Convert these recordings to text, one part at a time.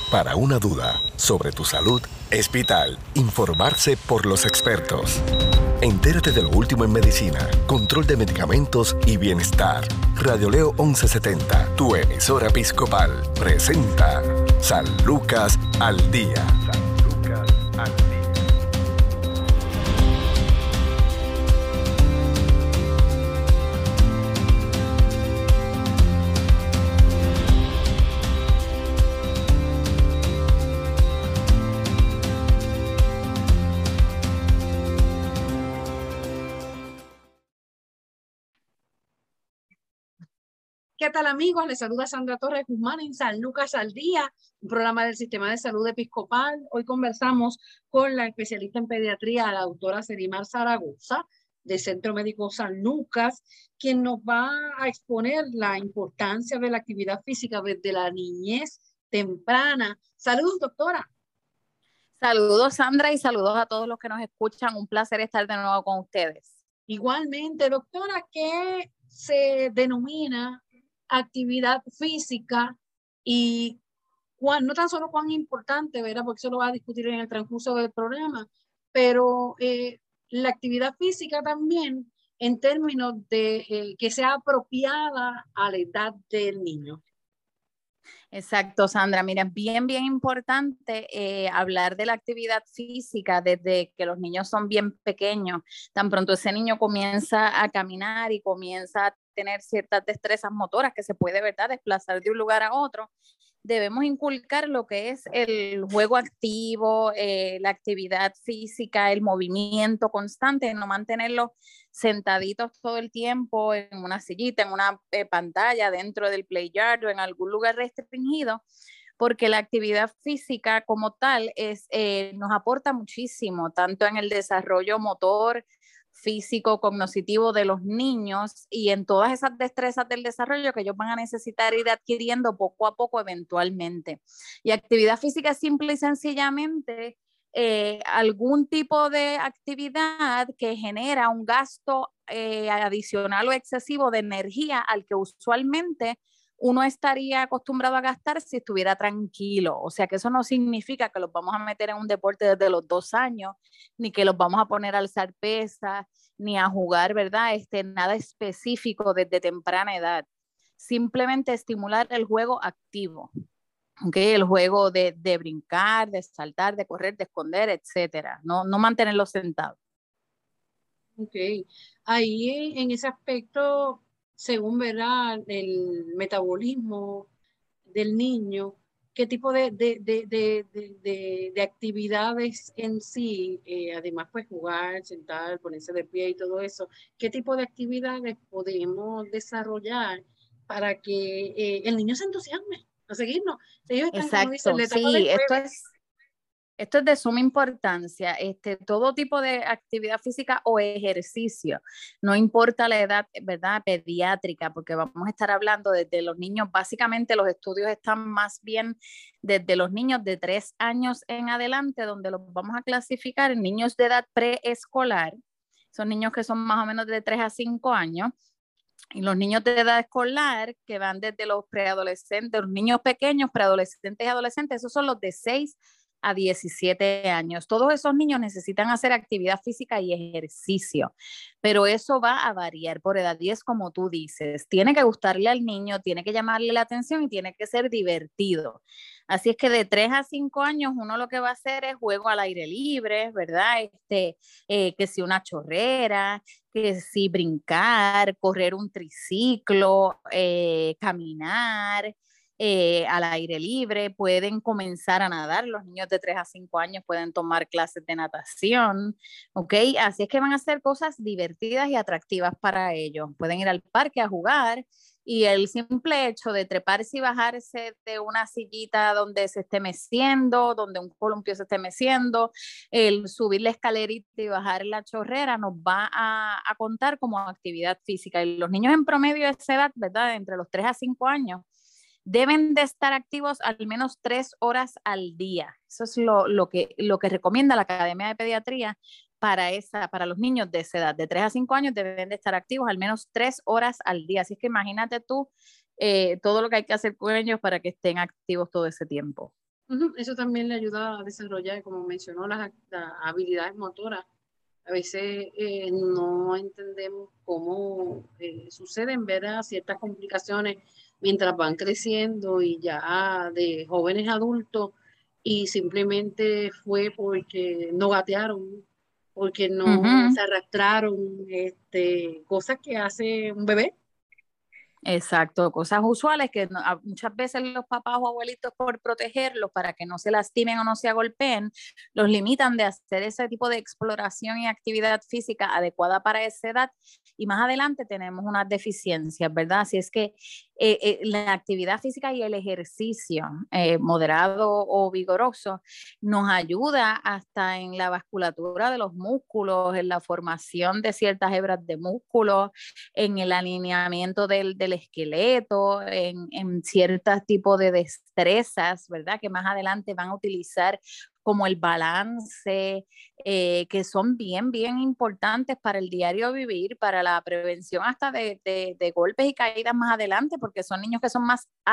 Para una duda sobre tu salud, es vital informarse por los expertos. Entérate de lo último en medicina, control de medicamentos y bienestar. Radio Leo 1170, tu emisora episcopal, presenta San Lucas al Día. San Lucas al Día. ¿Qué tal, amigos? Les saluda Sandra Torres Guzmán en San Lucas al Día, un programa del Sistema de Salud Episcopal. Hoy conversamos con la especialista en pediatría, la doctora Serimar Zaragoza, del Centro Médico San Lucas, quien nos va a exponer la importancia de la actividad física desde la niñez temprana. Saludos, doctora. Saludos, Sandra, y saludos a todos los que nos escuchan. Un placer estar de nuevo con ustedes. Igualmente, doctora, ¿qué se denomina actividad física y no tan solo cuán importante, ¿verdad? Porque eso lo va a discutir en el transcurso del programa, pero la actividad física también en términos de que sea apropiada a la edad del niño? Exacto, Sandra. Mira, es bien importante hablar de la actividad física desde que los niños son bien pequeños. Tan pronto ese niño comienza a caminar y comienza a tener ciertas destrezas motoras que se puede, ¿verdad?, desplazar de un lugar a otro. Debemos inculcar lo que es el juego activo, la actividad física, el movimiento constante, no mantenerlos sentaditos todo el tiempo en una sillita, en una pantalla dentro del play yard o en algún lugar restringido, porque la actividad física como tal nos aporta muchísimo, tanto en el desarrollo motor, físico, cognitivo de los niños y en todas esas destrezas del desarrollo que ellos van a necesitar ir adquiriendo poco a poco eventualmente. Y actividad física simple y sencillamente algún tipo de actividad que genera un gasto adicional o excesivo de energía al que usualmente uno estaría acostumbrado a gastar si estuviera tranquilo. O sea que eso no significa que los vamos a meter en un deporte desde los 2 años, ni que los vamos a poner a alzar pesas, ni a jugar, ¿verdad? Nada específico desde temprana edad. Simplemente estimular el juego activo. Okay, el juego de brincar, de saltar, de correr, de esconder, etcétera. No mantenerlos sentados. Ok. Ahí en ese aspecto, según verá el metabolismo del niño, qué tipo de actividades en sí, además pues jugar, sentar, ponerse de pie y todo eso, qué tipo de actividades podemos desarrollar para que el niño se entusiasme a seguirnos. Ellos están, exacto, como dicen, en la etapa sí, del juego. Esto es de suma importancia, todo tipo de actividad física o ejercicio, no importa la edad, ¿verdad?, pediátrica, porque vamos a estar hablando desde los niños, básicamente los estudios están más bien desde los niños de 3 años en adelante, donde los vamos a clasificar en niños de edad preescolar, son niños que son más o menos de 3 a 5 años, y los niños de edad escolar, que van desde los preadolescentes, los niños pequeños, preadolescentes y adolescentes, esos son los de 6 a 17 años. Todos esos niños necesitan hacer actividad física y ejercicio, pero eso va a variar por edad y es como tú dices, tiene que gustarle al niño, tiene que llamarle la atención y tiene que ser divertido. Así es que de 3 a 5 años uno lo que va a hacer es juego al aire libre, ¿verdad? Que si una chorrera, que si brincar, correr un triciclo, caminar, al aire libre, pueden comenzar a nadar, los niños de 3 a 5 años pueden tomar clases de natación, ¿ok? Así es que van a hacer cosas divertidas y atractivas para ellos, pueden ir al parque a jugar y el simple hecho de treparse y bajarse de una sillita donde se esté meciendo, donde un columpio se esté meciendo, el subir la escalerita y bajar la chorrera nos va a contar como actividad física y los niños en promedio de esa edad, ¿verdad? Entre los 3 a 5 años, deben de estar activos al menos 3 horas al día. Eso es lo que recomienda la Academia de Pediatría para los niños de esa edad. De 3 a 5 años deben de estar activos al menos 3 horas al día. Así es que imagínate tú todo lo que hay que hacer con ellos para que estén activos todo ese tiempo. Eso también le ayuda a desarrollar, como mencionó, las habilidades motoras. A veces no entendemos cómo suceden, ¿verdad? Ciertas complicaciones mientras van creciendo y ya de jóvenes adultos y simplemente fue porque no gatearon, porque no Ujú. se arrastraron, cosas que hace un bebé. Exacto, cosas usuales que muchas veces los papás o abuelitos por protegerlos para que no se lastimen o no se agolpeen, los limitan de hacer ese tipo de exploración y actividad física adecuada para esa edad y más adelante tenemos unas deficiencias, ¿verdad? Así es que la actividad física y el ejercicio moderado o vigoroso nos ayuda hasta en la vasculatura de los músculos, en la formación de ciertas hebras de músculos, en el alineamiento del esqueleto, en ciertos tipos de destrezas, ¿verdad? Que más adelante van a utilizar como el balance, que son bien, bien importantes para el diario vivir, para la prevención hasta de golpes y caídas más adelante, porque son niños que son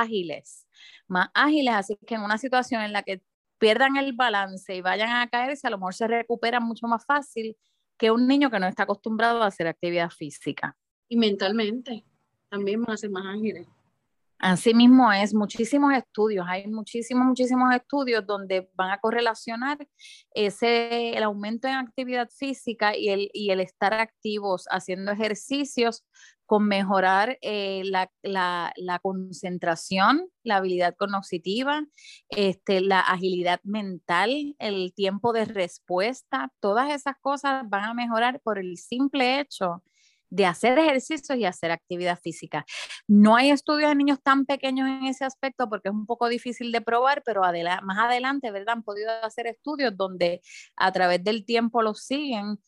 más ágiles, así que en una situación en la que pierdan el balance y vayan a caerse, a lo mejor se recuperan mucho más fácil que un niño que no está acostumbrado a hacer actividad física. Y mentalmente también van a ser más ágiles. Así mismo es, muchísimos estudios, hay muchísimos estudios donde van a correlacionar el aumento en actividad física y el estar activos haciendo ejercicios con mejorar la concentración, la habilidad cognitiva, la agilidad mental, el tiempo de respuesta, todas esas cosas van a mejorar por el simple hecho de hacer ejercicios y hacer actividad física. No hay estudios de niños tan pequeños en ese aspecto porque es un poco difícil de probar, pero más adelante, ¿verdad? Han podido hacer estudios donde a través del tiempo los siguen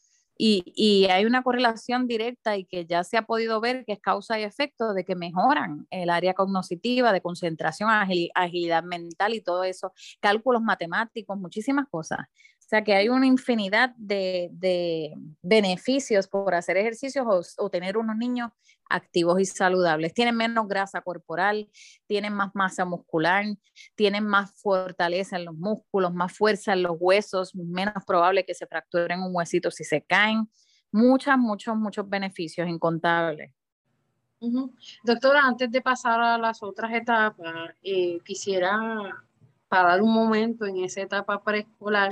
y hay una correlación directa y que ya se ha podido ver que es causa y efecto de que mejoran el área cognitiva, de concentración, agilidad mental y todo eso, cálculos matemáticos, muchísimas cosas. O sea que hay una infinidad de beneficios por hacer ejercicios o tener unos niños activos y saludables. Tienen menos grasa corporal, tienen más masa muscular, tienen más fortaleza en los músculos, más fuerza en los huesos, menos probable que se fracturen un huesito si se caen. Muchos beneficios incontables. Doctora, antes de pasar a las otras etapas, quisiera parar un momento en esa etapa preescolar.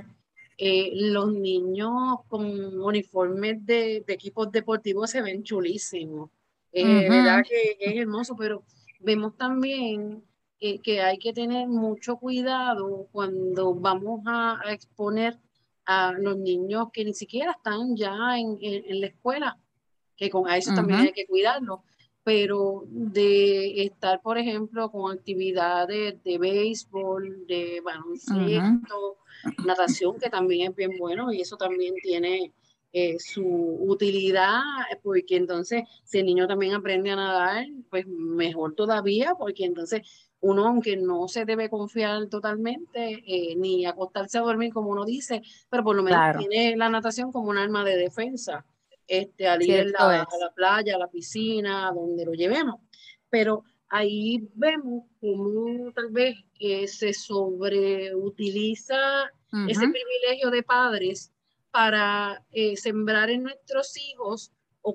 Los niños con uniformes de equipos deportivos se ven chulísimos. Verdad que es hermoso, pero vemos también que hay que tener mucho cuidado cuando vamos a exponer a los niños que ni siquiera están ya en la escuela, que a eso también hay que cuidarlo, pero de estar, por ejemplo, con actividades de béisbol, de baloncesto, natación, que también es bien bueno y eso también tiene su utilidad, porque entonces si el niño también aprende a nadar, pues mejor todavía, porque entonces uno, aunque no se debe confiar totalmente, ni acostarse a dormir como uno dice, pero por lo menos Claro, tiene la natación como un arma de defensa al ir cierto a es. la playa, a la piscina, donde lo llevemos. Pero ahí vemos cómo tal vez se sobreutiliza ese privilegio de padres para sembrar en nuestros hijos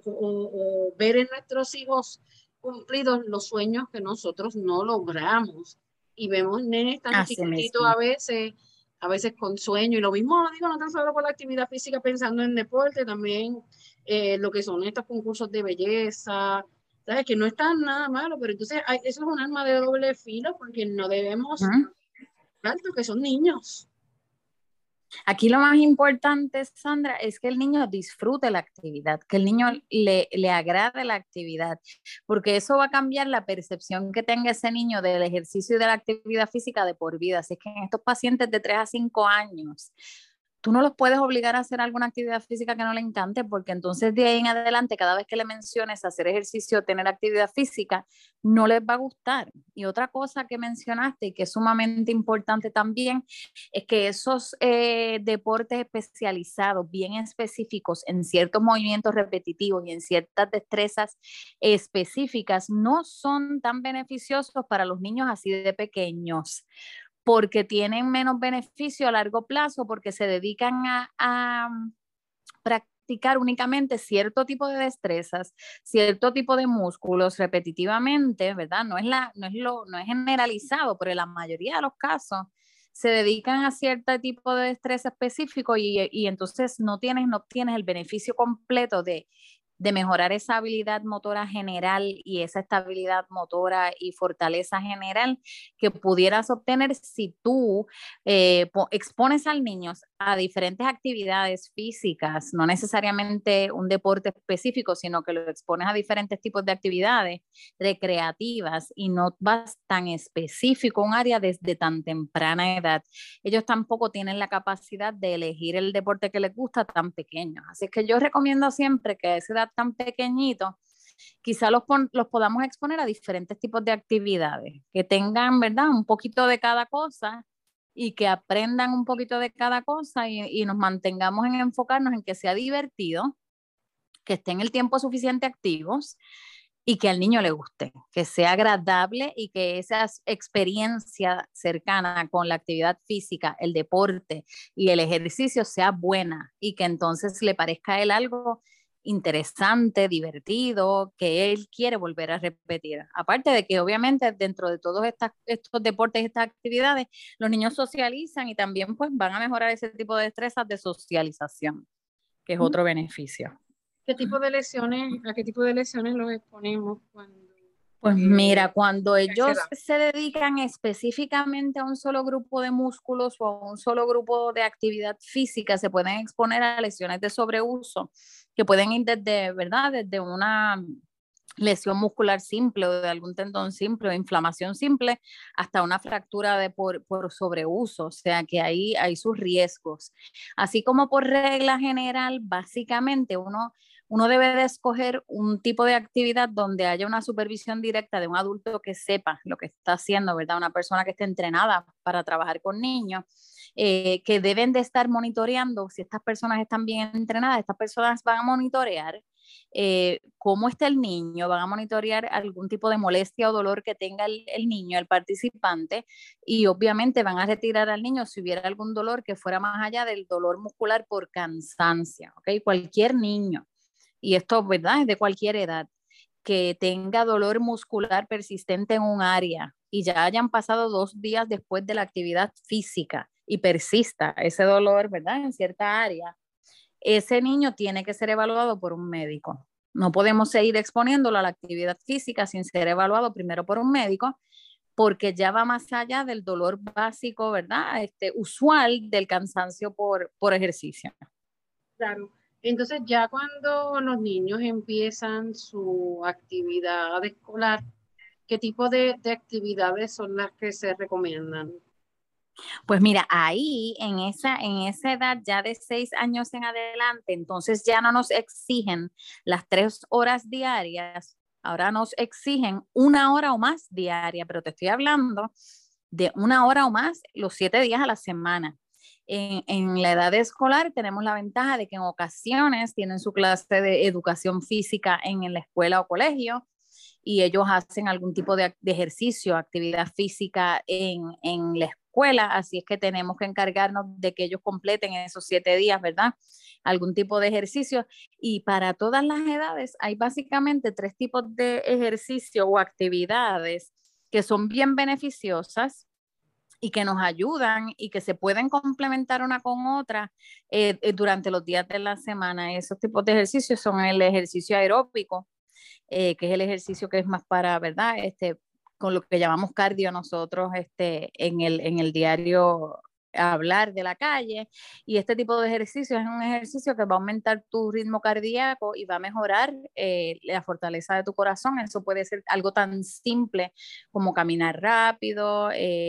o ver en nuestros hijos cumplidos los sueños que nosotros no logramos. Y vemos nenes tan Así chiquititos mismo. a veces con sueño. Y lo mismo digo, no tan solo por la actividad física pensando en deporte, también lo que son estos concursos de belleza, ¿sabes? Que no están nada malo, pero entonces eso es un arma de doble filo porque no debemos, tanto que son niños. Aquí lo más importante, Sandra, es que el niño disfrute la actividad, que el niño le agrade la actividad, porque eso va a cambiar la percepción que tenga ese niño del ejercicio y de la actividad física de por vida. Así que en estos pacientes de 3 a 5 años, tú no los puedes obligar a hacer alguna actividad física que no le encante, porque entonces de ahí en adelante, cada vez que le menciones hacer ejercicio, tener actividad física, no les va a gustar. Y otra cosa que mencionaste y que es sumamente importante también, es que esos deportes especializados, bien específicos en ciertos movimientos repetitivos y en ciertas destrezas específicas, no son tan beneficiosos para los niños así de pequeños porque tienen menos beneficio a largo plazo, porque se dedican a practicar únicamente cierto tipo de destrezas, cierto tipo de músculos repetitivamente, ¿verdad? No es generalizado, pero en la mayoría de los casos se dedican a cierto tipo de destreza específico y entonces no obtienes el beneficio completo de mejorar esa habilidad motora general y esa estabilidad motora y fortaleza general que pudieras obtener si tú expones al niño a diferentes actividades físicas, no necesariamente un deporte específico, sino que lo expones a diferentes tipos de actividades recreativas y no vas tan específico un área desde tan temprana edad. Ellos tampoco tienen la capacidad de elegir el deporte que les gusta tan pequeño. Así que yo recomiendo siempre que a esa edad tan pequeñito, quizá los podamos exponer a diferentes tipos de actividades, que tengan, ¿verdad? Un poquito de cada cosa y que aprendan un poquito de cada cosa y nos mantengamos en enfocarnos en que sea divertido, que estén el tiempo suficiente activos y que al niño le guste, que sea agradable y que esa experiencia cercana con la actividad física, el deporte y el ejercicio sea buena y que entonces le parezca a él algo interesante, divertido, que él quiere volver a repetir. Aparte de que obviamente dentro de todos estos deportes y estas actividades, los niños socializan y también pues van a mejorar ese tipo de destrezas de socialización, que es otro beneficio. ¿A qué tipo de lesiones los exponemos cuando? Pues mira, cuando ellos se dedican específicamente a un solo grupo de músculos o a un solo grupo de actividad física, se pueden exponer a lesiones de sobreuso, que pueden ir desde, ¿verdad? Desde una lesión muscular simple o de algún tendón simple o inflamación simple hasta una fractura por sobreuso, o sea que ahí hay sus riesgos. Así como por regla general, básicamente uno debe de escoger un tipo de actividad donde haya una supervisión directa de un adulto que sepa lo que está haciendo, ¿verdad? Una persona que esté entrenada para trabajar con niños, que deben de estar monitoreando. Si estas personas están bien entrenadas, estas personas van a monitorear cómo está el niño, van a monitorear algún tipo de molestia o dolor que tenga el niño, el participante, y obviamente van a retirar al niño si hubiera algún dolor que fuera más allá del dolor muscular por cansancio, ¿ok? Cualquier niño, y esto, ¿verdad? Es de cualquier edad, que tenga dolor muscular persistente en un área y ya hayan pasado 2 días después de la actividad física y persista ese dolor, ¿verdad? En cierta área, ese niño tiene que ser evaluado por un médico. No podemos seguir exponiéndolo a la actividad física sin ser evaluado primero por un médico, porque ya va más allá del dolor básico, ¿verdad? Usual del cansancio por ejercicio. Claro. Entonces, ya cuando los niños empiezan su actividad escolar, ¿qué tipo de actividades son las que se recomiendan? Pues mira, ahí en esa edad ya de 6 años en adelante, entonces ya no nos exigen las 3 horas diarias, ahora nos exigen 1 hora o más diaria, pero te estoy hablando de 1 hora o más los 7 días a la semana. En la edad escolar tenemos la ventaja de que en ocasiones tienen su clase de educación física en la escuela o colegio y ellos hacen algún tipo de ejercicio, actividad física en la escuela, así es que tenemos que encargarnos de que ellos completen en esos 7 días, ¿verdad? Algún tipo de ejercicio. Y para todas las edades hay básicamente 3 tipos de ejercicio o actividades que son bien beneficiosas y que nos ayudan y que se pueden complementar una con otra durante los días de la semana. Esos tipos de ejercicios son el ejercicio aeróbico, que es el ejercicio que es más para, ¿verdad? Con lo que llamamos cardio nosotros en el diario hablar de la calle, y este tipo de ejercicio es un ejercicio que va a aumentar tu ritmo cardíaco y va a mejorar la fortaleza de tu corazón. Eso puede ser algo tan simple como caminar rápido,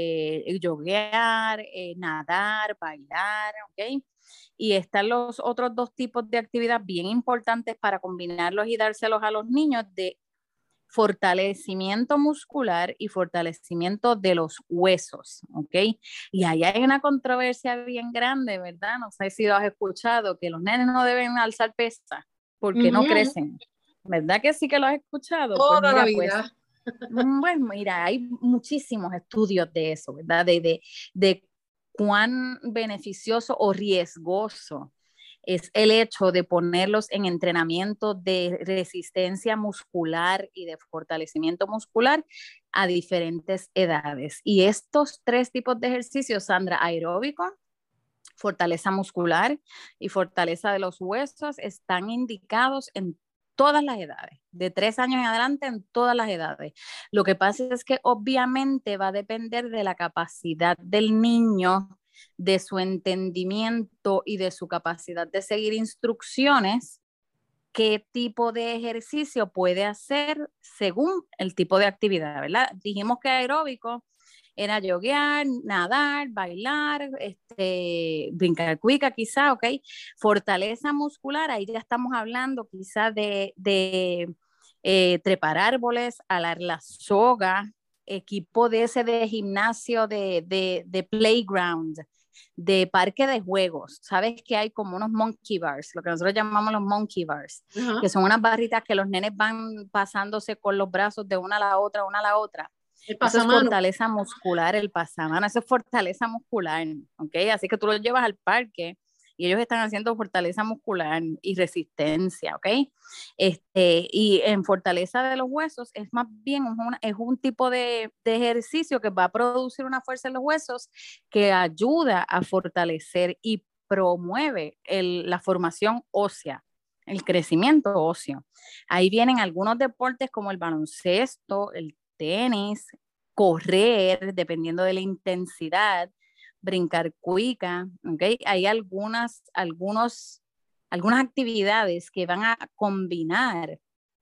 yoguear, nadar, bailar, ¿ok? Y están los otros 2 tipos de actividad bien importantes para combinarlos y dárselos a los niños, de fortalecimiento muscular y fortalecimiento de los huesos, ¿ok? Y ahí hay una controversia bien grande, ¿verdad? No sé si lo has escuchado, que los nenes no deben alzar pesas porque no crecen. ¿Verdad que sí que lo has escuchado? Toda Pues mira, la vida. Bueno, mira, hay muchísimos estudios de eso, ¿verdad? De cuán beneficioso o riesgoso es el hecho de ponerlos en entrenamiento de resistencia muscular y de fortalecimiento muscular a diferentes edades. Y estos tres tipos de ejercicios, Sandra, aeróbico, fortaleza muscular y fortaleza de los huesos, están indicados en todas las edades, de 3 años en adelante en todas las edades. Lo que pasa es que obviamente va a depender de la capacidad del niño, de su entendimiento y de su capacidad de seguir instrucciones, qué tipo de ejercicio puede hacer según el tipo de actividad, ¿verdad? Dijimos que aeróbico era yoguear, nadar, bailar, brincar cuica quizá, ¿ok? Fortaleza muscular, ahí ya estamos hablando quizá de trepar árboles, alar la soga, equipo de ese de gimnasio de playground, de parque de juegos. Sabes que hay como unos monkey bars, lo que nosotros llamamos los monkey bars, que son unas barritas que los nenes van pasándose con los brazos de una a la otra, una a la otra. Eso es fortaleza muscular, el pasamano, eso es fortaleza muscular, ¿ok? Así que tú los llevas al parque y ellos están haciendo fortaleza muscular y resistencia, ¿ok? Y en fortaleza de los huesos es más bien es un tipo de ejercicio que va a producir una fuerza en los huesos que ayuda a fortalecer y promueve la formación ósea, el crecimiento óseo. Ahí vienen algunos deportes como el baloncesto, el tenis, correr, dependiendo de la intensidad, brincar cuica, ¿ok? Hay algunas actividades que van a combinar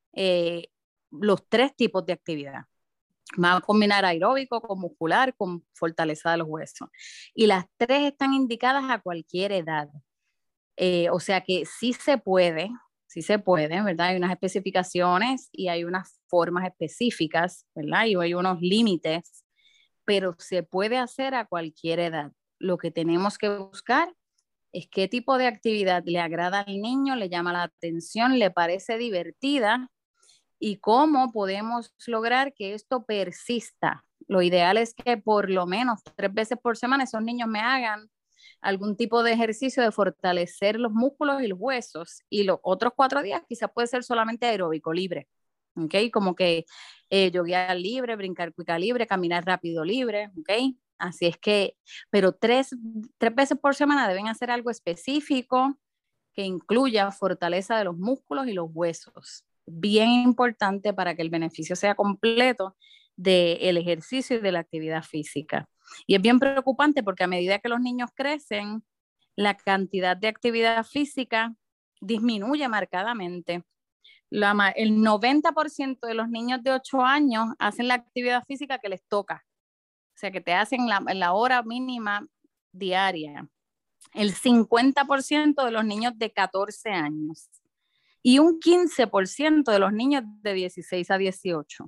los tres tipos de actividad. Van a combinar aeróbico con muscular, con fortaleza de los huesos. Y las tres están indicadas a cualquier edad. O sea que sí se puede, ¿verdad? Hay unas especificaciones y hay unas formas específicas, ¿verdad? Y hay unos límites, pero se puede hacer a cualquier edad. Lo que tenemos que buscar es qué tipo de actividad le agrada al niño, le llama la atención, le parece divertida y cómo podemos lograr que esto persista. Lo ideal es que por lo menos 3 veces por semana esos niños me hagan algún tipo de ejercicio de fortalecer los músculos y los huesos, y los otros 4 días quizás puede ser solamente aeróbico, libre, ¿ok? Como que yoguear libre, brincar cuica libre, caminar rápido libre, ¿ok? Así es que, pero 3 veces por semana deben hacer algo específico que incluya fortaleza de los músculos y los huesos. Bien importante para que el beneficio sea completo del ejercicio y de la actividad física. Y es bien preocupante porque a medida que los niños crecen, la cantidad de actividad física disminuye marcadamente. El 90% de los niños de 8 años hacen la actividad física que les toca. O sea, que te hacen la hora mínima diaria. El 50% de los niños de 14 años y un 15% de los niños de 16 a 18.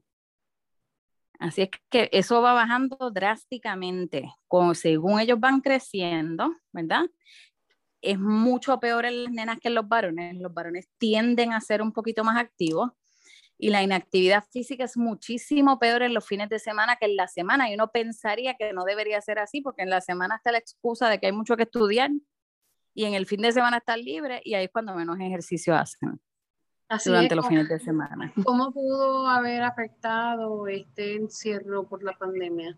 Así es que eso va bajando drásticamente según ellos van creciendo, ¿verdad? Es mucho peor en las nenas que en los varones. Los varones tienden a ser un poquito más activos y la inactividad física es muchísimo peor en los fines de semana que en la semana. Y uno pensaría que no debería ser así porque en la semana está la excusa de que hay mucho que estudiar y en el fin de semana están libres y ahí es cuando menos ejercicio hacen. Así durante los fines de semana. ¿Cómo pudo haber afectado este encierro por la pandemia?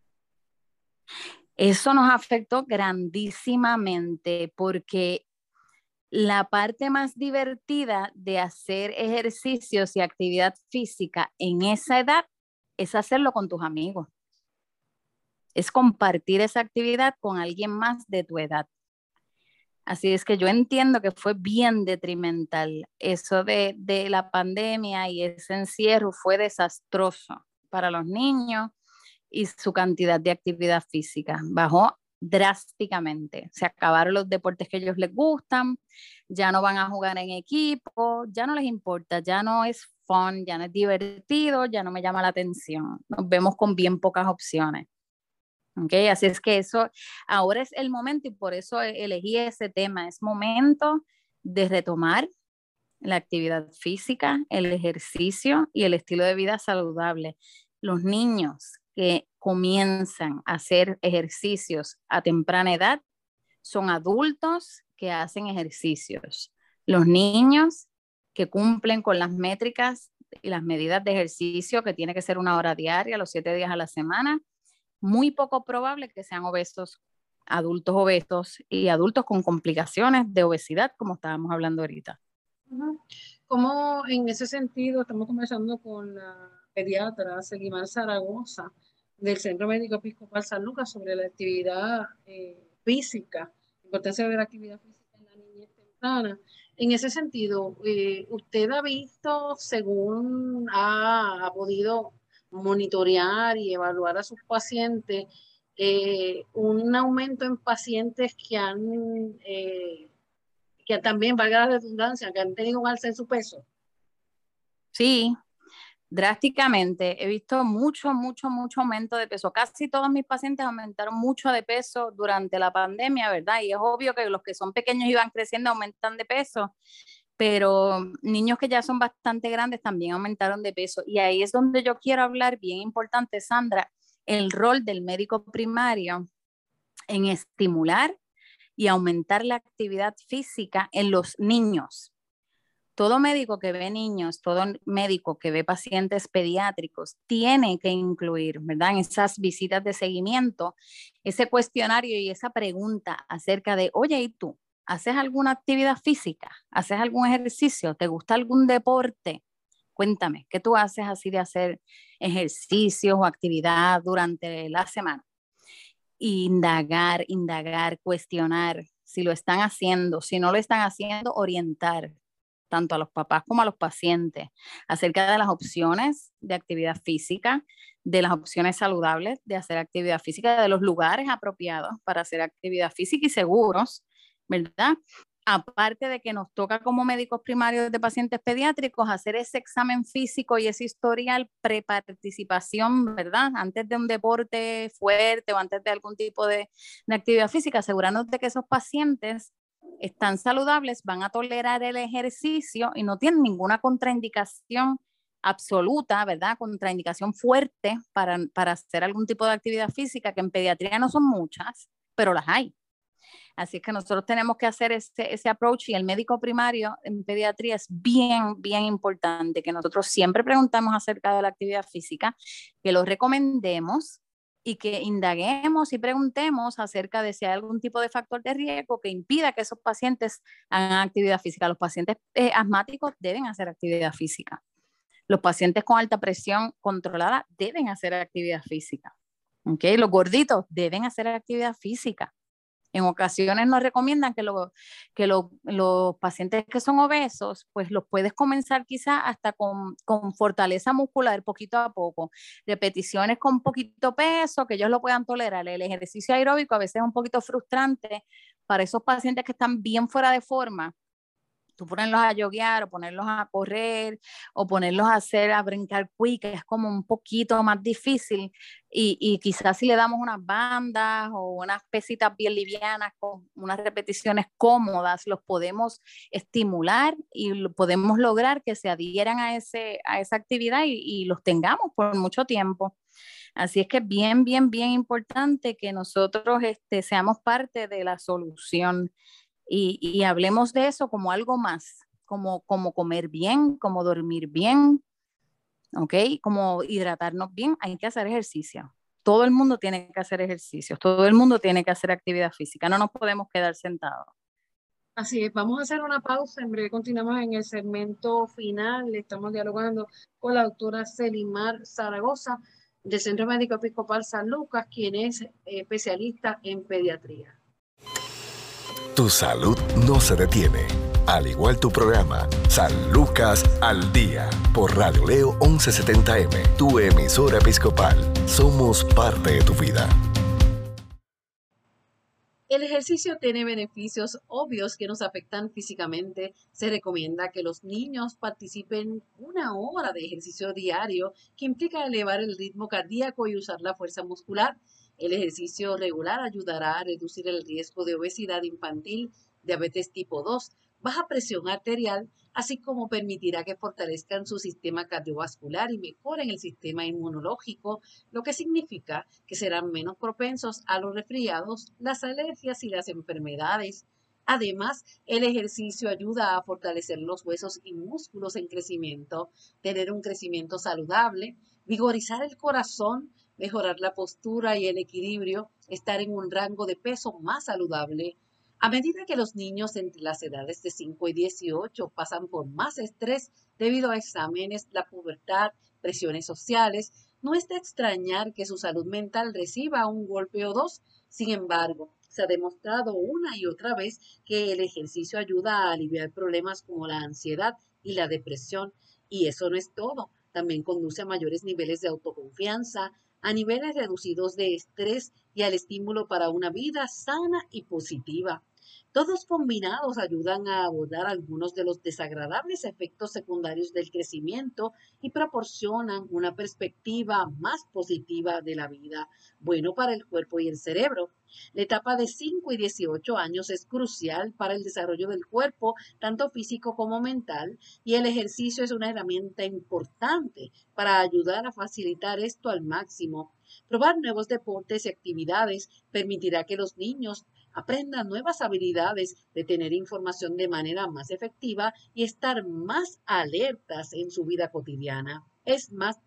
Eso nos afectó grandísimamente porque la parte más divertida de hacer ejercicios y actividad física en esa edad es hacerlo con tus amigos. Es compartir esa actividad con alguien más de tu edad. Así es que yo entiendo que fue bien detrimental. Eso de la pandemia y ese encierro fue desastroso para los niños y su cantidad de actividad física bajó drásticamente. Se acabaron los deportes que a ellos les gustan, ya no van a jugar en equipo, ya no les importa, ya no es fun, ya no es divertido, ya no me llama la atención. Nos vemos con bien pocas opciones. Okay, así es que eso ahora es el momento y por eso elegí ese tema. Es momento de retomar la actividad física, el ejercicio y el estilo de vida saludable. Los niños que comienzan a hacer ejercicios a temprana edad son adultos que hacen ejercicios. Los niños que cumplen con las métricas y las medidas de ejercicio, que tiene que ser 1 hora diaria, los 7 días a la semana, muy poco probable que sean obesos, adultos obesos y adultos con complicaciones de obesidad, como estábamos hablando ahorita. ¿Cómo en ese sentido estamos conversando con la pediatra Seguimar Zaragoza del Centro Médico Episcopal San Lucas sobre la actividad física, la importancia de la actividad física en la niñez temprana? En ese sentido, ¿usted ha visto, según ha podido monitorear y evaluar a sus pacientes, un aumento en pacientes que también, valga la redundancia, que han tenido un alza en su peso? Sí, drásticamente. He visto mucho aumento de peso. Casi todos mis pacientes aumentaron mucho de peso durante la pandemia, ¿verdad? Y es obvio que los que son pequeños y van creciendo aumentan de peso, pero niños que ya son bastante grandes también aumentaron de peso. Y ahí es donde yo quiero hablar, bien importante, Sandra, el rol del médico primario en estimular y aumentar la actividad física en los niños. Todo médico que ve niños, todo médico que ve pacientes pediátricos tiene que incluir, ¿verdad? En esas visitas de seguimiento, ese cuestionario y esa pregunta acerca de, oye, ¿y tú? ¿Haces alguna actividad física? ¿Haces algún ejercicio? ¿Te gusta algún deporte? Cuéntame, ¿qué tú haces así de hacer ejercicios o actividad durante la semana? Indagar, cuestionar si lo están haciendo, si no lo están haciendo, orientar tanto a los papás como a los pacientes acerca de las opciones de actividad física, de las opciones saludables de hacer actividad física, de los lugares apropiados para hacer actividad física y seguros, ¿verdad? Aparte de que nos toca como médicos primarios de pacientes pediátricos hacer ese examen físico y ese historial preparticipación, ¿verdad? Antes de un deporte fuerte o antes de algún tipo de actividad física, asegurarnos de que esos pacientes están saludables, van a tolerar el ejercicio y no tienen ninguna contraindicación absoluta, ¿verdad? Contraindicación fuerte para hacer algún tipo de actividad física, que en pediatría no son muchas, pero las hay. Así es que nosotros tenemos que hacer ese approach y el médico primario en pediatría es bien importante que nosotros siempre preguntamos acerca de la actividad física, que lo recomendemos y que indaguemos y preguntemos acerca de si hay algún tipo de factor de riesgo que impida que esos pacientes hagan actividad física. Los pacientes asmáticos deben hacer actividad física. Los pacientes con alta presión controlada deben hacer actividad física. ¿Okay? Los gorditos deben hacer actividad física. En ocasiones nos recomiendan que los pacientes que son obesos, pues los puedes comenzar quizás hasta con fortaleza muscular poquito a poco, repeticiones con poquito peso, que ellos lo puedan tolerar. El ejercicio aeróbico a veces es un poquito frustrante para esos pacientes que están bien fuera de forma. Tú ponerlos a yoguear o ponerlos a correr o ponerlos a brincar quick, que es como un poquito más difícil y quizás si le damos unas bandas o unas pesitas bien livianas con unas repeticiones cómodas, los podemos estimular y podemos lograr que se adhieran a esa actividad y los tengamos por mucho tiempo. Así es que es bien importante que nosotros seamos parte de la solución. Y hablemos de eso como algo más, como comer bien, como dormir bien, ¿ok? Como hidratarnos bien. Hay que hacer ejercicio. Todo el mundo tiene que hacer ejercicio, todo el mundo tiene que hacer actividad física, no nos podemos quedar sentados. Así es, vamos a hacer una pausa, en breve continuamos en el segmento final, estamos dialogando con la doctora Seguimar Zaragoza del Centro Médico Episcopal San Lucas, quien es especialista en pediatría. Tu salud no se detiene, al igual tu programa San Lucas al Día por Radio Leo 1170M, tu emisora episcopal. Somos parte de tu vida. El ejercicio tiene beneficios obvios que nos afectan físicamente. Se recomienda que los niños participen 1 hora de ejercicio diario, que implica elevar el ritmo cardíaco y usar la fuerza muscular. El ejercicio regular ayudará a reducir el riesgo de obesidad infantil, diabetes tipo 2, baja presión arterial, así como permitirá que fortalezcan su sistema cardiovascular y mejoren el sistema inmunológico, lo que significa que serán menos propensos a los resfriados, las alergias y las enfermedades. Además, el ejercicio ayuda a fortalecer los huesos y músculos en crecimiento, tener un crecimiento saludable, vigorizar el corazón, mejorar la postura y el equilibrio, estar en un rango de peso más saludable. A medida que los niños entre las edades de 5 y 18 pasan por más estrés debido a exámenes, la pubertad, presiones sociales, no es de extrañar que su salud mental reciba un golpe o dos. Sin embargo, se ha demostrado una y otra vez que el ejercicio ayuda a aliviar problemas como la ansiedad y la depresión. Y eso no es todo. También conduce a mayores niveles de autoconfianza, a niveles reducidos de estrés y al estímulo para una vida sana y positiva. Todos combinados ayudan a abordar algunos de los desagradables efectos secundarios del crecimiento y proporcionan una perspectiva más positiva de la vida, bueno para el cuerpo y el cerebro. La etapa de 5 y 18 años es crucial para el desarrollo del cuerpo, tanto físico como mental, y el ejercicio es una herramienta importante para ayudar a facilitar esto al máximo. Probar nuevos deportes y actividades permitirá que los niños aprendan nuevas habilidades de tener información de manera más efectiva y estar más alertas en su vida cotidiana. Es más,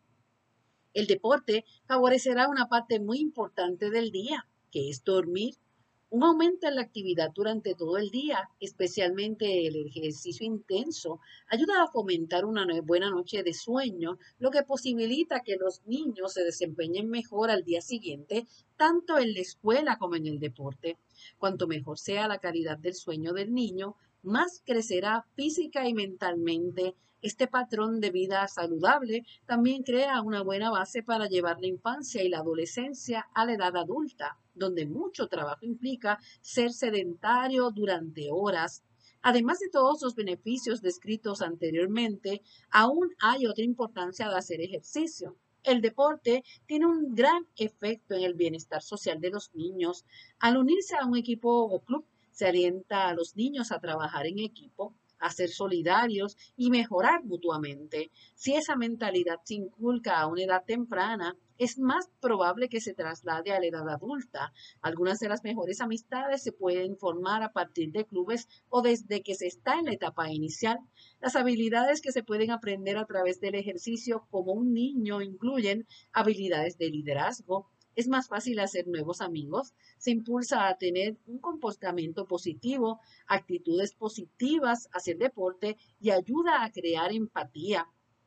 el deporte favorecerá una parte muy importante del día, que es dormir. Un aumento en la actividad durante todo el día, especialmente el ejercicio intenso, ayuda a fomentar una buena noche de sueño, lo que posibilita que los niños se desempeñen mejor al día siguiente, tanto en la escuela como en el deporte. Cuanto mejor sea la calidad del sueño del niño, más crecerá física y mentalmente. Este patrón de vida saludable también crea una buena base para llevar la infancia y la adolescencia a la edad adulta, donde mucho trabajo implica ser sedentario durante horas. Además de todos los beneficios descritos anteriormente, aún hay otra importancia de hacer ejercicio. El deporte tiene un gran efecto en el bienestar social de los niños. Al unirse a un equipo o club, se alienta a los niños a trabajar en equipo, a ser solidarios y mejorar mutuamente. Si esa mentalidad se inculca a una edad temprana, es más probable que se traslade a la edad adulta. Algunas de las mejores amistades se pueden formar a partir de clubes o desde que se está en la etapa inicial. Las habilidades que se pueden aprender a través del ejercicio como un niño incluyen habilidades de liderazgo. Es más fácil hacer nuevos amigos, se impulsa a tener un comportamiento positivo, actitudes positivas hacia el deporte y ayuda a crear empatía.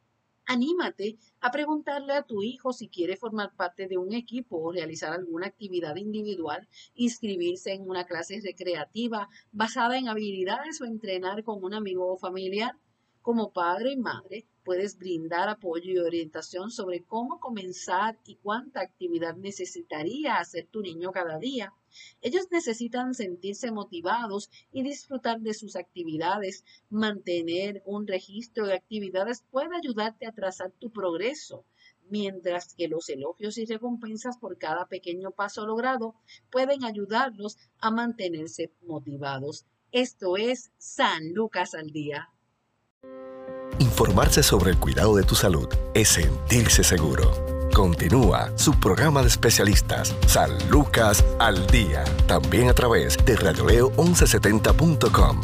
Anímate a preguntarle a tu hijo si quiere formar parte de un equipo o realizar alguna actividad individual, inscribirse en una clase recreativa basada en habilidades o entrenar con un amigo o familiar. Como padre y madre, puedes brindar apoyo y orientación sobre cómo comenzar y cuánta actividad necesitaría hacer tu niño cada día. Ellos necesitan sentirse motivados y disfrutar de sus actividades. Mantener un registro de actividades puede ayudarte a trazar tu progreso, mientras que los elogios y recompensas por cada pequeño paso logrado pueden ayudarlos a mantenerse motivados. Esto es San Lucas al Día. Informarse sobre el cuidado de tu salud es sentirse seguro. Continúa su programa de especialistas, San Lucas al Día, también a través de radioleo1170.com.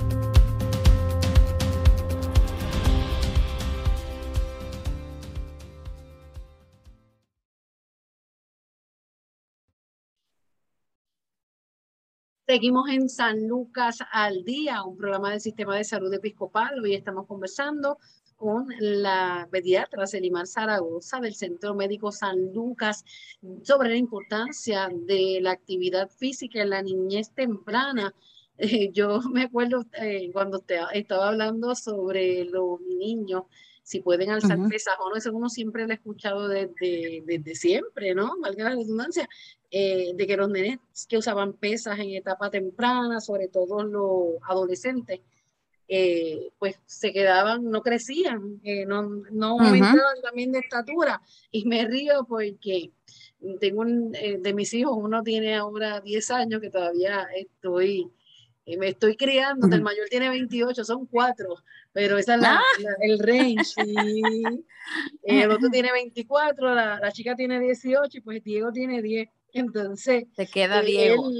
Seguimos en San Lucas al Día, un programa del Sistema de Salud Episcopal. Hoy estamos conversando con la pediatra Selimar Zaragoza del Centro Médico San Lucas sobre la importancia de la actividad física en la niñez temprana. Yo me acuerdo cuando usted estaba hablando sobre los niños, si pueden alzar pesas o no, eso uno siempre lo ha escuchado desde siempre, ¿no? Valga la redundancia, de que los nenes que usaban pesas en etapa temprana, sobre todo los adolescentes, pues se quedaban, no crecían, no aumentaban también de estatura. Y me río porque tengo de mis hijos, uno tiene ahora 10 años, que todavía estoy Me estoy criando, el mayor tiene 28, son 4, pero esa es el range. Y el otro tiene 24, la chica tiene 18 y pues Diego tiene 10. Entonces, te queda Diego.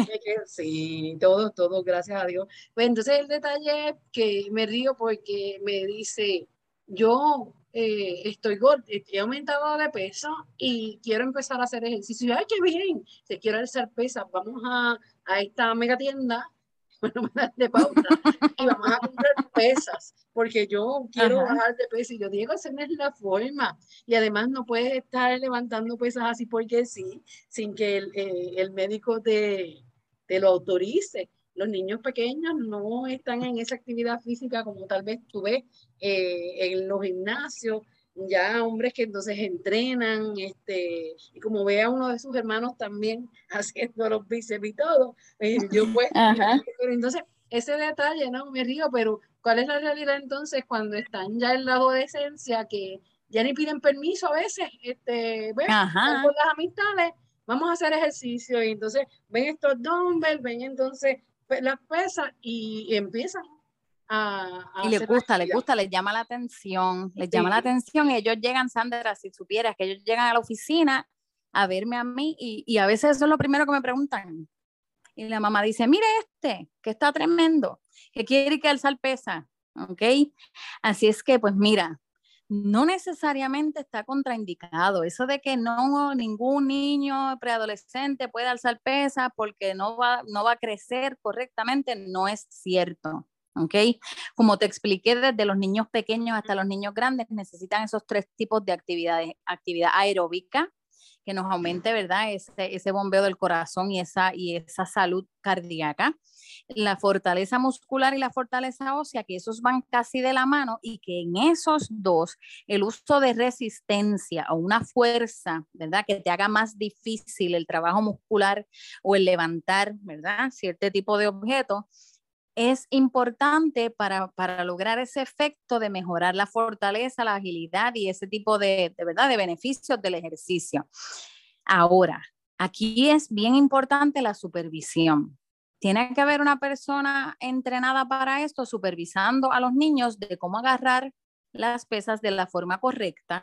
Sí, todos, gracias a Dios. Pues entonces el detalle es que me río porque me dice, yo estoy gordo, he aumentado de peso y quiero empezar a hacer ejercicio. Y, ay, qué bien, te quiero alzar pesas, vamos a esta mega tienda, bueno, de pauta, y vamos a comprar pesas, porque yo quiero bajar de peso. Y yo digo, esa no es la forma. Y además no puedes estar levantando pesas así porque sí, sin que el médico te lo autorice. Los niños pequeños no están en esa actividad física como tal vez tú ves en los gimnasios, ya hombres que entonces entrenan, y como ve a uno de sus hermanos también haciendo los bíceps y todo, yo pues, pero entonces ese detalle, ¿no? Me río, pero ¿cuál es la realidad entonces cuando están ya en la adolescencia que ya ni piden permiso a veces, ven, están con las amistades, vamos a hacer ejercicio y entonces ven estos dumbbells, ven entonces las pesas y empiezan a y les hacer gusta, les llama la atención, ellos llegan, Sandra, si supieras que ellos llegan a la oficina a verme a mí y a veces eso es lo primero que me preguntan. Y la mamá dice, mire que está tremendo, que quiere que alzar pesa, ¿ok? Así es que, pues mira, no necesariamente está contraindicado. Eso de que no ningún niño preadolescente puede alzar pesa porque no va a crecer correctamente, no es cierto. ¿Ok? Como te expliqué, desde los niños pequeños hasta los niños grandes necesitan esos 3 tipos de actividades. Actividad aeróbica, que nos aumente, ¿verdad? Ese bombeo del corazón y esa salud cardíaca. La fortaleza muscular y la fortaleza ósea, que esos van casi de la mano y que en esos 2, el uso de resistencia o una fuerza, ¿verdad? Que te haga más difícil el trabajo muscular o el levantar, ¿verdad? Cierto tipo de objeto, es importante para lograr ese efecto de mejorar la fortaleza, la agilidad y ese tipo ¿verdad? De beneficios del ejercicio. Ahora, aquí es bien importante la supervisión. Tiene que haber una persona entrenada para esto, supervisando a los niños de cómo agarrar las pesas de la forma correcta,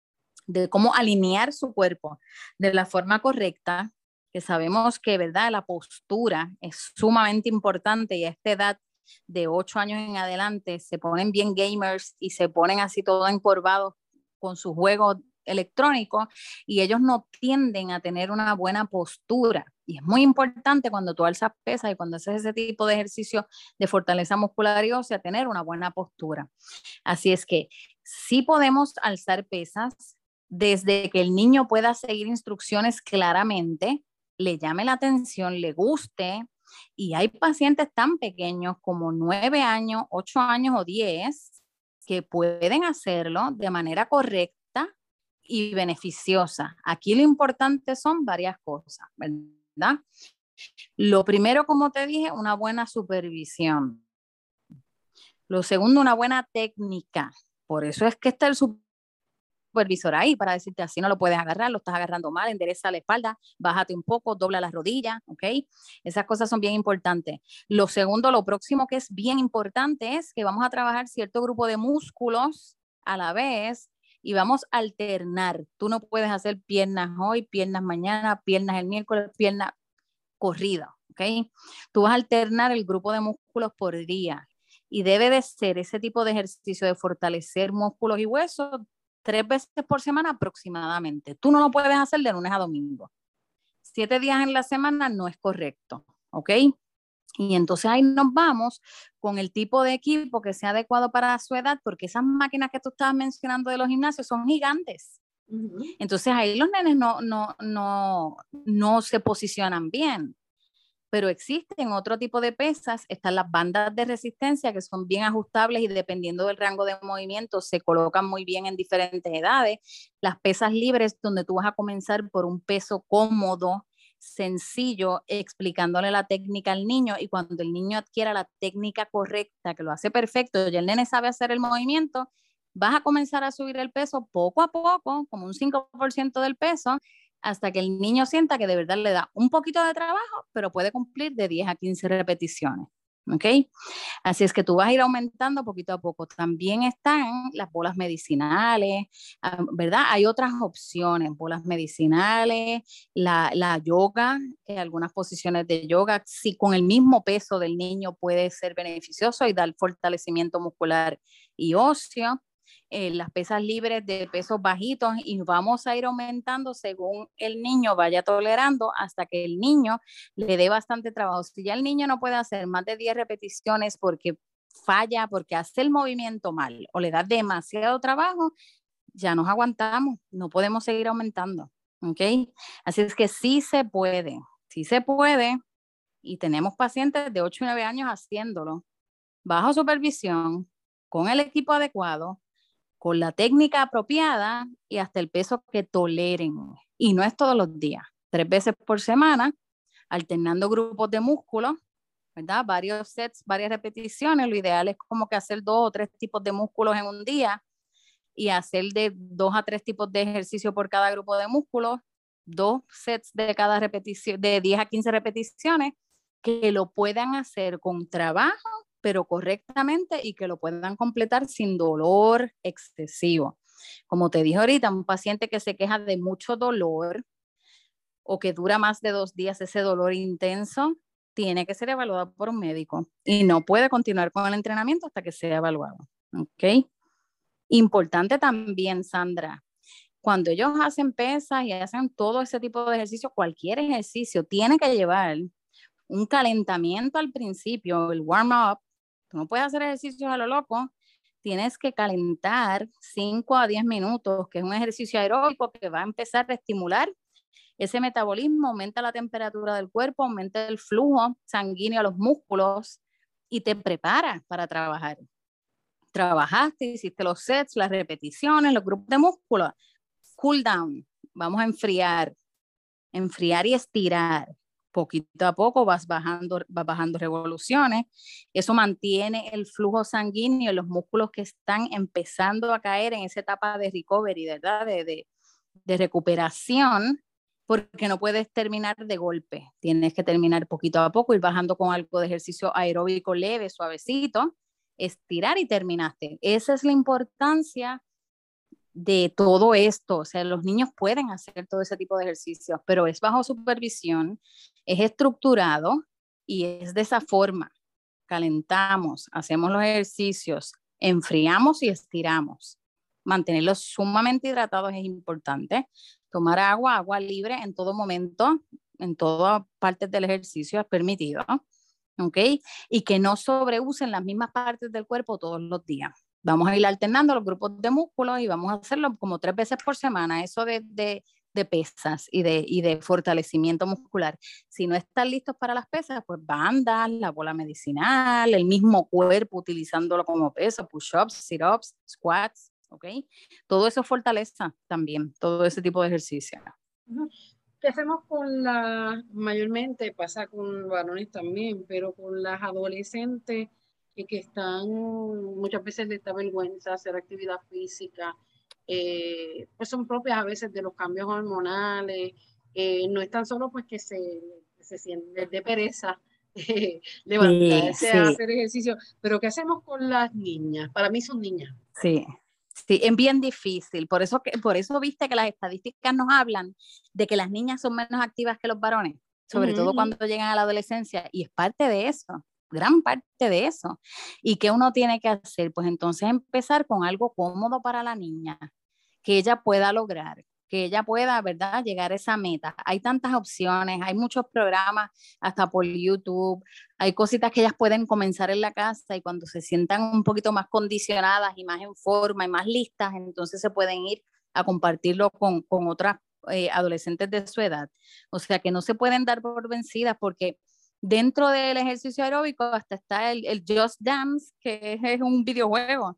de cómo alinear su cuerpo de la forma correcta, que sabemos que, ¿verdad? La postura es sumamente importante y a esta edad de 8 años en adelante se ponen bien gamers y se ponen así todo encorvados con sus juegos electrónicos y ellos no tienden a tener una buena postura. Y es muy importante cuando tú alzas pesas y cuando haces ese tipo de ejercicio de fortaleza muscular y ósea, tener una buena postura. Así es que sí podemos alzar pesas desde que el niño pueda seguir instrucciones claramente, le llame la atención, le guste. Y hay pacientes tan pequeños como 9 años, 8 años o 10 que pueden hacerlo de manera correcta y beneficiosa. Aquí lo importante son varias cosas, ¿verdad? Lo primero, como te dije, una buena supervisión. Lo segundo, una buena técnica. Por eso es que está el supervisor ahí para decirte así no lo puedes agarrar, lo estás agarrando mal, endereza la espalda, bájate un poco, dobla las rodillas, ¿ok? Esas cosas son bien importantes. Lo segundo, lo próximo que es bien importante es que vamos a trabajar cierto grupo de músculos a la vez y vamos a alternar. Tú no puedes hacer piernas hoy, piernas mañana, piernas el miércoles, piernas corrida, ¿ok? Tú vas a alternar el grupo de músculos por día y debe de ser ese tipo de ejercicio de fortalecer músculos y huesos 3 veces por semana aproximadamente. Tú no lo puedes hacer de lunes a domingo. 7 días en la semana no es correcto, ¿ok? Y entonces ahí nos vamos con el tipo de equipo que sea adecuado para su edad, porque esas máquinas que tú estabas mencionando de los gimnasios son gigantes. Entonces ahí los nenes no se posicionan bien. Pero existen otro tipo de pesas, están las bandas de resistencia que son bien ajustables y dependiendo del rango de movimiento se colocan muy bien en diferentes edades. Las pesas libres donde tú vas a comenzar por un peso cómodo, sencillo, explicándole la técnica al niño y cuando el niño adquiera la técnica correcta, que lo hace perfecto y el nene sabe hacer el movimiento, vas a comenzar a subir el peso poco a poco, como un 5% del peso, hasta que el niño sienta que de verdad le da un poquito de trabajo, pero puede cumplir de 10 a 15 repeticiones. ¿ok? Así es que tú vas a ir aumentando poquito a poco. También están las bolas medicinales, ¿verdad? Hay otras opciones, bolas medicinales, la yoga, algunas posiciones de yoga, sí, con el mismo peso del niño puede ser beneficioso y dar fortalecimiento muscular y óseo. Las pesas libres de pesos bajitos y vamos a ir aumentando según el niño vaya tolerando hasta que el niño le dé bastante trabajo. Si ya el niño no puede hacer más de 10 repeticiones porque falla, porque hace el movimiento mal o le da demasiado trabajo, ya nos aguantamos, no podemos seguir aumentando, ¿ok? Así es que sí se puede y tenemos pacientes de 8 y 9 años haciéndolo bajo supervisión, con el equipo adecuado, con la técnica apropiada y hasta el peso que toleren. Y no es todos los días, 3 veces por semana, alternando grupos de músculos, ¿verdad? Varios sets, varias repeticiones. Lo ideal es como que hacer 2 o 3 tipos de músculos en un día y hacer de 2 a 3 tipos de ejercicio por cada grupo de músculos, 2 sets de cada repetición, de 10 a 15 repeticiones, que lo puedan hacer con trabajo pero correctamente y que lo puedan completar sin dolor excesivo. Como te dije ahorita, un paciente que se queja de mucho dolor o que dura más de 2 días ese dolor intenso, tiene que ser evaluado por un médico y no puede continuar con el entrenamiento hasta que sea evaluado. ¿Ok? Importante también, Sandra, cuando ellos hacen pesas y hacen todo ese tipo de ejercicio, cualquier ejercicio tiene que llevar un calentamiento al principio, el warm-up. Tú no puedes hacer ejercicios a lo loco, tienes que calentar 5 a 10 minutos, que es un ejercicio aeróbico que va a empezar a estimular ese metabolismo, aumenta la temperatura del cuerpo, aumenta el flujo sanguíneo a los músculos y te prepara para trabajar. Trabajaste, hiciste los sets, las repeticiones, los grupos de músculos, cool down, vamos a enfriar y estirar. Poquito a poco vas bajando revoluciones. Eso mantiene el flujo sanguíneo en los músculos que están empezando a caer en esa etapa de recovery, ¿verdad? De recuperación, porque no puedes terminar de golpe. Tienes que terminar poquito a poco, ir bajando con algo de ejercicio aeróbico leve, suavecito, estirar y terminaste. Esa es la importancia de todo esto. O sea, los niños pueden hacer todo ese tipo de ejercicios, pero es bajo supervisión, es estructurado y es de esa forma. Calentamos, hacemos los ejercicios, enfriamos y estiramos. Mantenerlos sumamente hidratados es importante. Tomar agua libre en todo momento, en todas partes del ejercicio es permitido, ¿ok? Y que no sobreusen las mismas partes del cuerpo todos los días. Vamos a ir alternando los grupos de músculos y vamos a hacerlo como 3 veces por semana, eso de pesas y de fortalecimiento muscular. Si no están listos para las pesas, pues bandas, la bola medicinal, el mismo cuerpo utilizándolo como peso, push-ups, sit-ups, squats, ¿ok? Todo eso fortaleza también, todo ese tipo de ejercicio. ¿Qué hacemos mayormente pasa con varones también, pero con las adolescentes que están, muchas veces les da vergüenza hacer actividad física, pues son propias a veces de los cambios hormonales, no es tan solo pues que se sienten de pereza levantarse a hacer ejercicio, pero ¿qué hacemos con las niñas? Para mí son niñas. Sí. Sí, es bien difícil. Por eso viste que las estadísticas nos hablan de que las niñas son menos activas que los varones, sobre todo cuando llegan a la adolescencia, y es parte de eso, gran parte de eso. ¿Y qué uno tiene que hacer? Pues entonces empezar con algo cómodo para la niña, que ella pueda lograr, que ella pueda, ¿verdad?, llegar a esa meta. Hay tantas opciones, hay muchos programas hasta por YouTube, hay cositas que ellas pueden comenzar en la casa y cuando se sientan un poquito más condicionadas y más en forma y más listas, entonces se pueden ir a compartirlo con otras adolescentes de su edad. O sea que no se pueden dar por vencidas porque dentro del ejercicio aeróbico hasta está el Just Dance, que es un videojuego.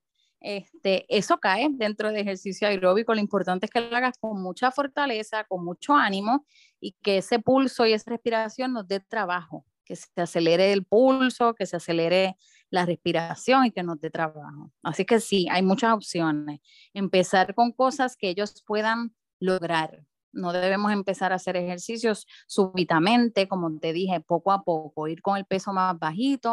Eso cae dentro de ejercicio aeróbico. Lo importante es que lo hagas con mucha fortaleza, con mucho ánimo y que ese pulso y esa respiración nos dé trabajo, que se acelere el pulso, que se acelere la respiración y que nos dé trabajo. Así que sí, hay muchas opciones. Empezar con cosas que ellos puedan lograr. No debemos empezar a hacer ejercicios súbitamente, como te dije, poco a poco, ir con el peso más bajito,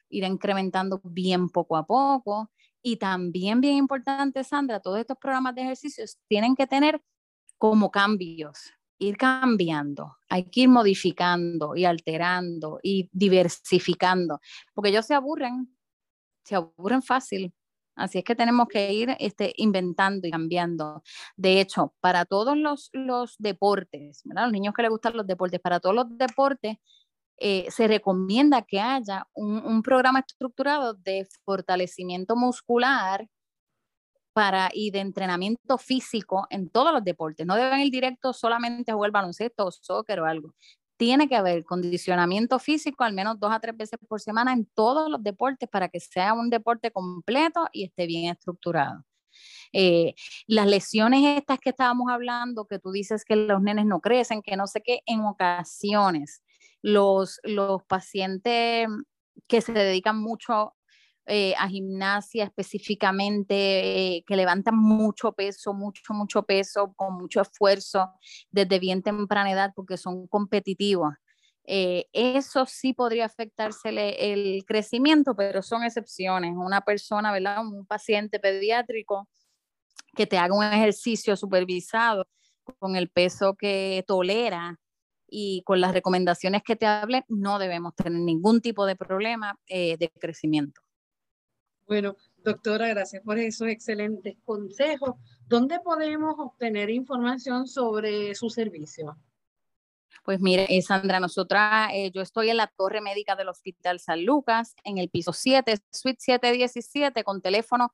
ir incrementando bien poco a poco. Y también bien importante, Sandra, todos estos programas de ejercicios tienen que tener como cambios, ir cambiando, hay que ir modificando y alterando y diversificando, porque ellos se aburren fácil. Así es que tenemos que ir inventando y cambiando. De hecho, para todos los deportes, ¿verdad? Los niños que les gustan los deportes, para todos los deportes, se recomienda que haya un programa estructurado de fortalecimiento muscular y de entrenamiento físico en todos los deportes. No deben ir directo solamente a jugar baloncesto o soccer o algo. Tiene que haber condicionamiento físico al menos 2 a 3 veces por semana en todos los deportes para que sea un deporte completo y esté bien estructurado. Las lesiones estas que estábamos hablando, que tú dices que los nenes no crecen, que no sé qué, en ocasiones los pacientes que se dedican mucho a gimnasia específicamente, que levantan mucho peso, con mucho esfuerzo desde bien temprana edad porque son competitivos. Eso sí podría afectarse el crecimiento, pero son excepciones. Una persona, ¿verdad? Un paciente pediátrico que te haga un ejercicio supervisado con el peso que tolera y con las recomendaciones que te hable, no debemos tener ningún tipo de problema de crecimiento. Bueno, doctora, gracias por esos excelentes consejos. ¿Dónde podemos obtener información sobre su servicio? Pues mire, Sandra, yo estoy en la Torre Médica del Hospital San Lucas, en el piso 7, suite 717, con teléfono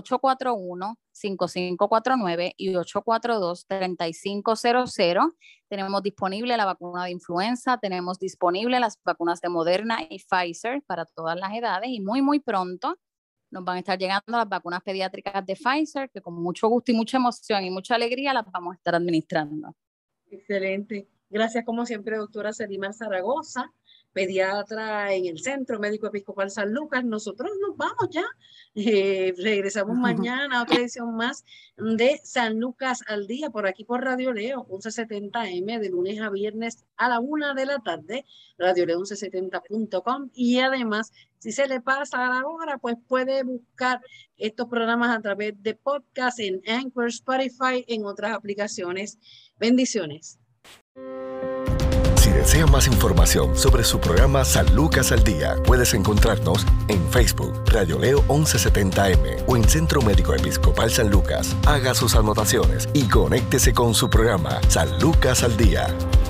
841-5549 y 842-3500. Tenemos disponible la vacuna de influenza, tenemos disponible las vacunas de Moderna y Pfizer para todas las edades, y muy, muy pronto nos van a estar llegando las vacunas pediátricas de Pfizer, que con mucho gusto y mucha emoción y mucha alegría las vamos a estar administrando. Excelente. Gracias, como siempre, doctora Serimar Zaragoza, pediatra en el Centro Médico Episcopal San Lucas. Nosotros nos vamos ya. Regresamos mañana a otra edición más de San Lucas al Día, por aquí por Radio Leo 1170M, de lunes a viernes a la 1 de la tarde, radioleo1170.com. Y además, si se le pasa a la hora, pues puede buscar estos programas a través de podcast en Anchor, Spotify, en otras aplicaciones. Bendiciones. Si desea más información sobre su programa San Lucas al Día, puedes encontrarnos en Facebook, Radio Leo 1170M o en Centro Médico Episcopal San Lucas. Haga sus anotaciones y conéctese con su programa San Lucas al Día.